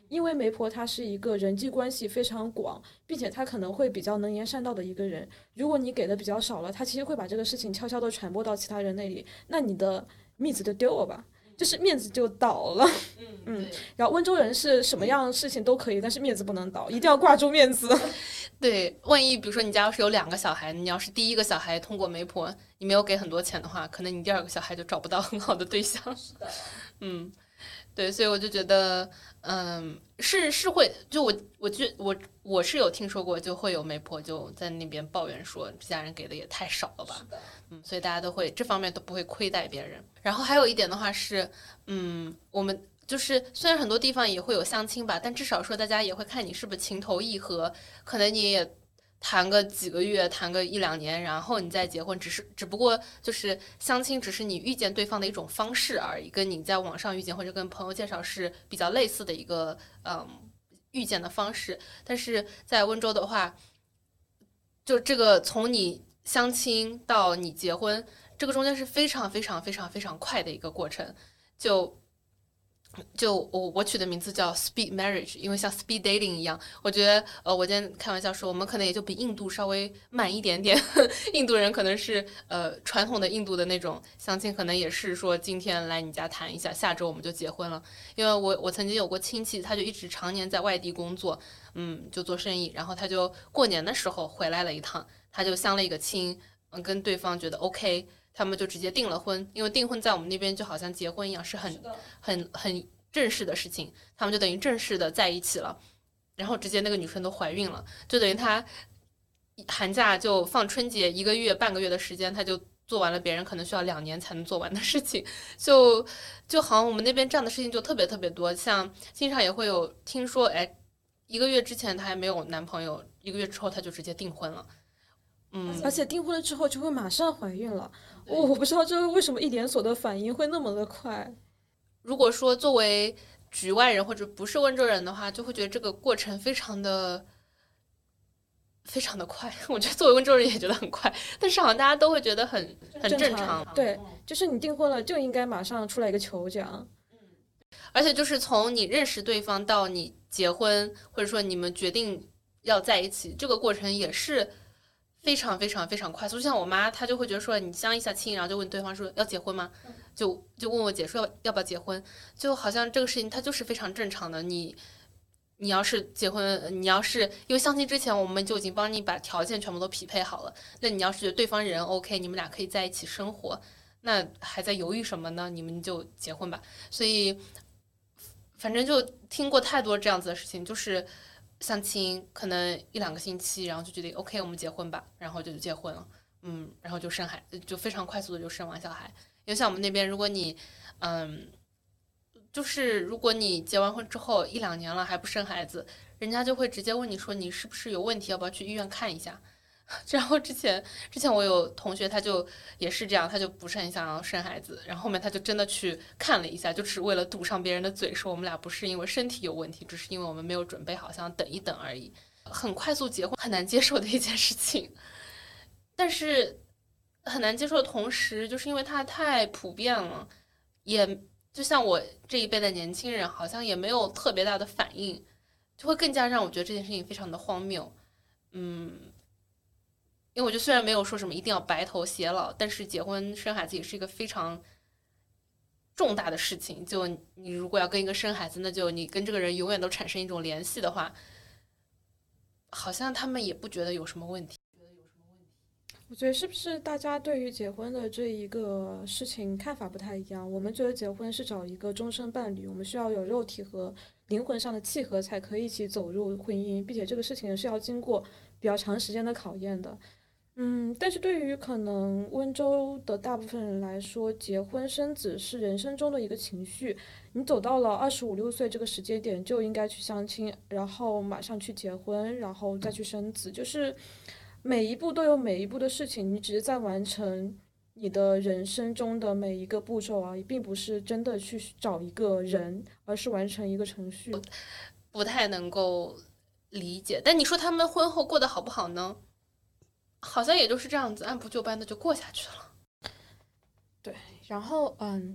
因为媒婆她是一个人际关系非常广，并且她可能会比较能言善道的一个人。如果你给的比较少了，她其实会把这个事情悄悄的传播到其他人那里，那你的面子就丢了吧，就是面子就倒了。 嗯嗯， 对然后温州人是什么样的事情都可以，但是面子不能倒，一定要挂住面子。 对，万一比如说你家要是有两个小孩，你要是第一个小孩通过媒婆，你没有给很多钱的话，可能你第二个小孩就找不到很好的对象。 是的， 嗯，对，所以我就觉得，嗯，是是会，就我我觉我我是有听说过，就会有媒婆就在那边抱怨说，家人给的也太少了吧。嗯，所以大家都会这方面都不会亏待别人。然后还有一点的话是，嗯，我们就是虽然很多地方也会有相亲吧，但至少说大家也会看你是不是情投意合，可能你也谈个几个月，谈个一两年，然后你再结婚，只是只不过就是相亲，只是你遇见对方的一种方式而已，跟你在网上遇见或者跟朋友介绍是比较类似的一个嗯遇见的方式。但是在温州的话，就这个从你相亲到你结婚，这个中间是非常非常非常非常快的一个过程，就。就我我取的名字叫 speed marriage， 因为像 speed dating 一样，我觉得呃，我今天开玩笑说，我们可能也就比印度稍微慢一点点。印度人可能是呃传统的印度的那种相亲，可能也是说今天来你家谈一下，下周我们就结婚了。因为我我曾经有过亲戚，他就一直常年在外地工作，嗯，就做生意，然后他就过年的时候回来了一趟，他就相了一个亲，嗯，跟对方觉得 OK。他们就直接订了婚，因为订婚在我们那边就好像结婚一样，是很很很正式的事情，他们就等于正式的在一起了，然后直接那个女生都怀孕了，就等于她寒假就放春节一个月半个月的时间，她就做完了别人可能需要两年才能做完的事情，就就好像我们那边这样的事情就特别特别多，像经常也会有听说，哎，一个月之前她还没有男朋友，一个月之后她就直接订婚了。嗯， 而且订婚了之后就会马上怀孕了，我我不知道这为什么一连锁的反应会那么的快。 如果说作为局外人或者不是温州人的话，就会觉得这个过程非常的非常的快。我觉得作为温州人也觉得很快，但是好像大家都会觉得很很正常。 对，就是你订婚了就应该马上出来一个球这样。 而且就是从你认识对方到你结婚，或者说你们决定要在一起，这个过程也是非常非常非常快速。就像我妈，她就会觉得说，你相一下亲，然后就问对方说要结婚吗？就就问我姐说要要不要结婚，就好像这个事情它就是非常正常的。你你要是结婚，你要是因为相亲之前我们就已经帮你把条件全部都匹配好了，那你要是觉得对方人 OK，你们俩可以在一起生活，那还在犹豫什么呢？你们就结婚吧。所以反正就听过太多这样子的事情，就是相亲可能一两个星期，然后就决定 OK，我们结婚吧，然后就结婚了，嗯，然后就生孩，就非常快速的就生完小孩。因为像我们那边，如果你，嗯，就是如果你结完婚之后一两年了还不生孩子，人家就会直接问你说你是不是有问题，要不要去医院看一下。然后之前之前我有同学，他就也是这样，他就不是很想要生孩子，然后后面他就真的去看了一下，就只为了堵上别人的嘴，说我们俩不是因为身体有问题，只是因为我们没有准备好，想等一等而已。很快速结婚很难接受的一件事情，但是很难接受的同时，就是因为它太普遍了，也就像我这一辈的年轻人，好像也没有特别大的反应，就会更加让我觉得这件事情非常的荒谬。嗯。因为我觉得虽然没有说什么一定要白头偕老，但是结婚生孩子也是一个非常重大的事情。就你如果要跟一个生孩子，那就你跟这个人永远都产生一种联系的话，好像他们也不觉得有什么问题。 我觉得是不是大家对于结婚的这一个事情看法不太一样？我们觉得结婚是找一个终身伴侣，我们需要有肉体和灵魂上的契合才可以一起走入婚姻，并且这个事情是要经过比较长时间的考验的。嗯，但是对于可能温州的大部分人来说，结婚生子是人生中的一个情绪。你走到了二十五六岁这个时间点，就应该去相亲，然后马上去结婚，然后再去生子，就是每一步都有每一步的事情，你只是在完成你的人生中的每一个步骤而已，并不是真的去找一个人，而是完成一个程序。 不太能够理解，但你说他们婚后过得好不好呢？好像也就是这样子按部就班的就过下去了。 对，然后嗯，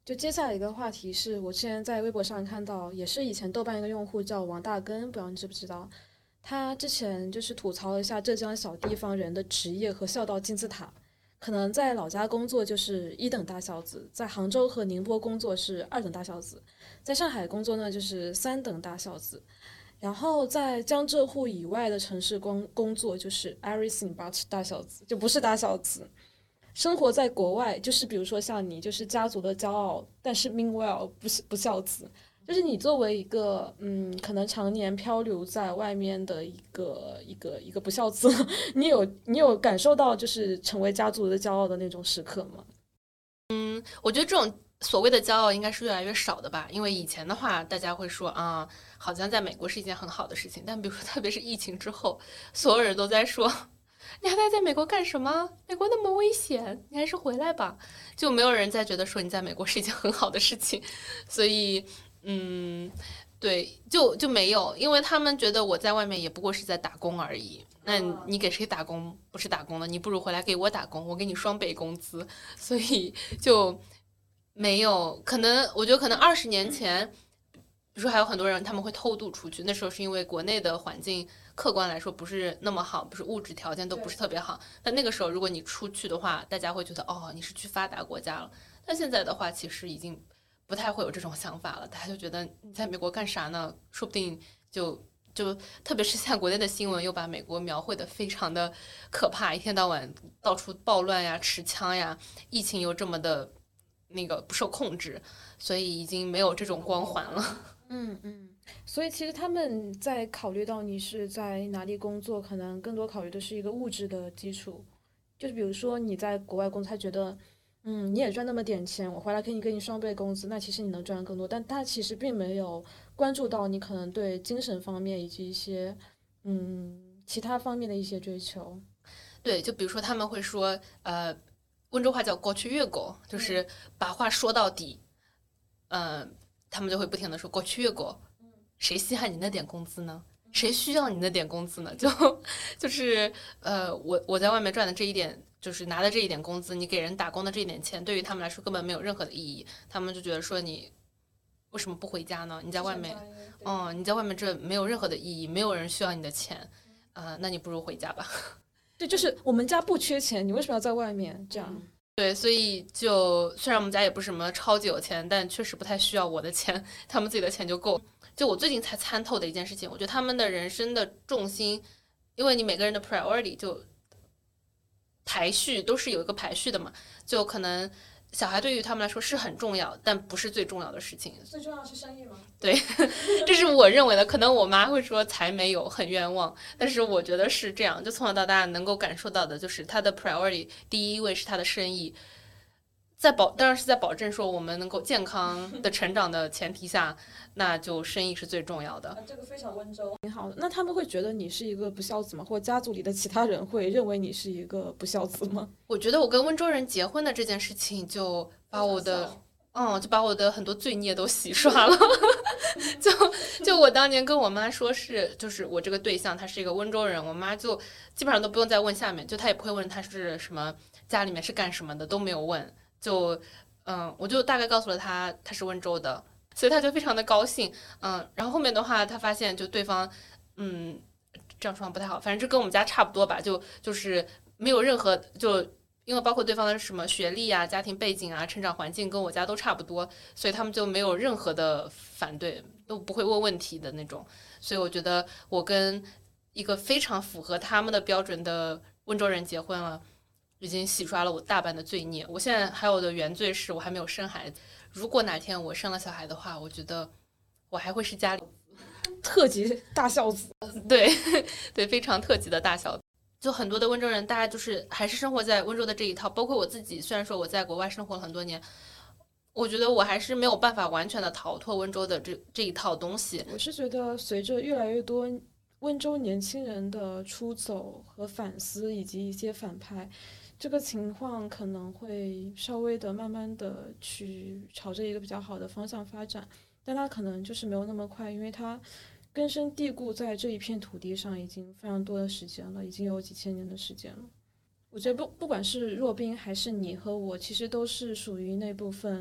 就接下来一个话题是我之前在微博上看到，也是以前豆瓣一个用户叫王大根，不知道你知不知道？他之前就是吐槽了一下浙江小地方人的职业和孝道金字塔，可能在老家工作就是一等大孝子，在杭州和宁波工作是二等大孝子，在上海工作呢就是三等大孝子，然后在江浙沪以外的城市工工作就是 everything but 大孝子，就不是大孝子。生活在国外，就是比如说像你，就是家族的骄傲，但是 meanwhile 不是不孝子，就是你作为一个嗯，可能常年漂流在外面的一个一个一个不孝子，你有你有感受到就是成为家族的骄傲的那种时刻吗？ 嗯，我觉得这种所谓的骄傲应该是越来越少的吧，因为以前的话，大家会说啊，好像在美国是一件很好的事情，但比如说特别是疫情之后，所有人都在说。你还待在美国干什么？美国那么危险，你还是回来吧。就没有人再觉得说你在美国是一件很好的事情，所以，嗯，对，就就没有，因为他们觉得我在外面也不过是在打工而已。那你给谁打工不是打工的？你不如回来给我打工，我给你双倍工资。所以就没有可能，我觉得可能二十年前。比如说，还有很多人他们会偷渡出去，那时候是因为国内的环境客观来说不是那么好，不是物质条件都不是特别好。但那个时候，如果你出去的话，大家会觉得哦，你是去发达国家了。但现在的话，其实已经不太会有这种想法了，大家就觉得你在美国干啥呢？说不定就就特别是像国内的新闻又把美国描绘的非常的可怕，一天到晚到处暴乱呀、持枪呀，疫情又这么的那个不受控制，所以已经没有这种光环了。 嗯嗯，所以其实他们在考虑到你是在哪里工作，可能更多考虑的是一个物质的基础，就是比如说你在国外工作，他觉得，嗯，你也赚那么点钱，我回来给你给你双倍工资，那其实你能赚更多，但他其实并没有关注到你可能对精神方面以及一些，嗯，其他方面的一些追求。 对，就比如说他们会说，呃，温州话叫过去越狗，就是把话说到底，嗯、呃，他们就会不停的说过去越狗，谁稀罕你那点工资呢？谁需要你那点工资呢？就就是呃，我我在外面赚的这一点，就是拿的这一点工资，你给人打工的这一点钱，对于他们来说根本没有任何的意义。他们就觉得说你为什么不回家呢？你在外面，嗯，你在外面这没有任何的意义，没有人需要你的钱，啊、呃，那你不如回家吧。 对，就是我们家不缺钱，你为什么要在外面这样？ 对，所以就虽然我们家也不是什么超级有钱，但确实不太需要我的钱，他们自己的钱就够。就我最近才参透的一件事情，我觉得他们的人生的重心，因为你每个人的 priority 就排序都是有一个排序的嘛，就可能小孩对于他们来说是很重要，但不是最重要的事情。 最重要是生意吗？ 对，这是我认为的。可能我妈会说才没有，很冤枉，但是我觉得是这样。就从小到大能够感受到的，就是他的 priority 第一位是他的生意，在保当然是在保证说我们能够健康的成长的前提下，那就生意是最重要的。 啊，这个非常温州，挺好的。那他们会觉得你是一个不孝子吗？或者家族里的其他人会认为你是一个不孝子吗？ 我觉得我跟温州人结婚的这件事情，就把我的嗯，就把我的很多罪孽都洗刷了。就就我当年跟我妈说是，就是我这个对象他是一个温州人，我妈就基本上都不用再问下面，就她也不会问他是什么家里面是干什么的，都没有问。就嗯，我就大概告诉了他他是温州的，所以他就非常的高兴。嗯，然后后面的话，他发现就对方嗯这样说不太好，反正就跟我们家差不多吧，就就是没有任何就。因为包括对方的什么学历啊、家庭背景啊、成长环境跟我家都差不多，所以他们就没有任何的反对，都不会问问题的那种。所以我觉得我跟一个非常符合他们的标准的温州人结婚了，已经洗刷了我大半的罪孽。我现在还有的原罪是我还没有生孩子。如果哪天我生了小孩的话，我觉得我还会是家里特级大孝子。 对对，非常特级的大孝子。就很多的温州人，大家就是还是生活在温州的这一套，包括我自己。虽然说我在国外生活了很多年，我觉得我还是没有办法完全的逃脱温州的这这一套东西。 我是觉得随着越来越多温州年轻人的出走和反思，以及一些反派，这个情况可能会稍微的慢慢的去朝着一个比较好的方向发展，但它可能就是没有那么快，因为它根深蒂固在这一片土地上已经非常多的时间了，已经有几千年的时间了。我觉得不不管是若冰还是你和我，其实都是属于那部分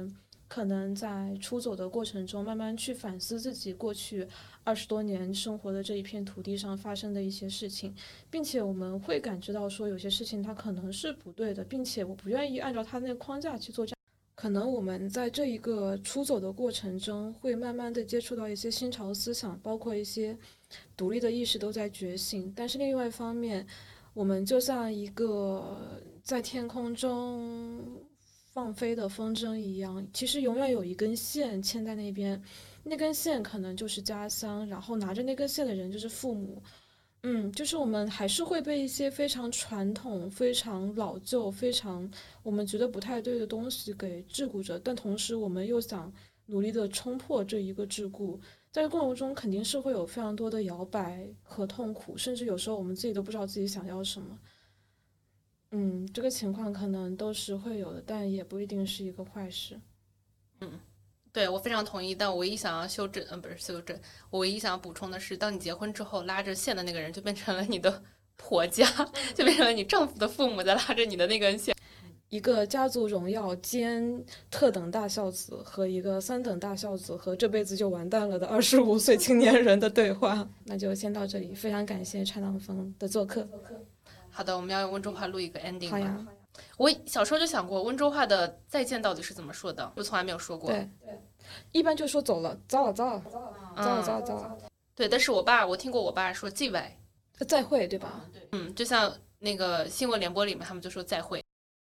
可能在出走的过程中，慢慢去反思自己过去二十多年生活的这一片土地上发生的一些事情，并且我们会感知到说有些事情它可能是不对的，并且我不愿意按照它那个框架去做这样。可能我们在这一个出走的过程中，会慢慢的接触到一些新潮思想，包括一些独立的意识都在觉醒。但是另外一方面，我们就像一个在天空中放飞的风筝一样，其实永远有一根线牵在那边，那根线可能就是家乡，然后拿着那根线的人就是父母。嗯，就是我们还是会被一些非常传统、非常老旧、非常我们觉得不太对的东西给桎梏着，但同时我们又想努力的冲破这一个桎梏，在这过程中肯定是会有非常多的摇摆和痛苦，甚至有时候我们自己都不知道自己想要什么。嗯，这个情况可能都是会有的，但也不一定是一个坏事。 嗯。对，我非常同意，但我唯一想要修正，嗯，不是修正，我唯一想要补充的是，当你结婚之后，拉着线的那个人就变成了你的婆家，就变成了你丈夫的父母在拉着你的那根线。 一个家族荣耀兼特等大孝子和一个三等大孝子和这辈子就完蛋了的二十五岁青年人的对话，那就先到这里。非常感谢川浪风的做客。 好的，我们要用温州话录一个 ending。 好呀。 我小时候就想过温州话的再见到底是怎么说的，我从来没有说过。 对，一般就说走了，糟了糟了糟了糟了糟了糟了。 对，但是我爸，我听过我爸说继崴， 再会，对吧？ 嗯，就像那个新闻联播里面他们就说再会。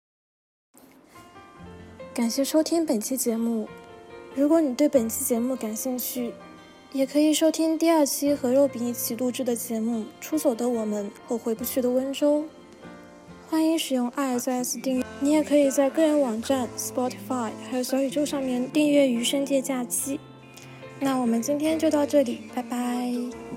感谢收听本期节目，如果你对本期节目感兴趣，也可以收听第二期和肉饼一起录制的节目《出走的我们和回不去的温州》。欢迎使用 I S S 订阅，你也可以在个人网站 Spotify 还有小宇宙上面订阅余生界假期。那我们今天就到这里，拜拜。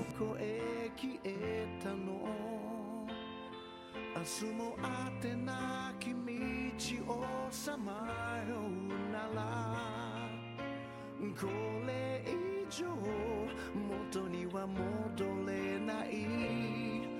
これ以上元には戻れない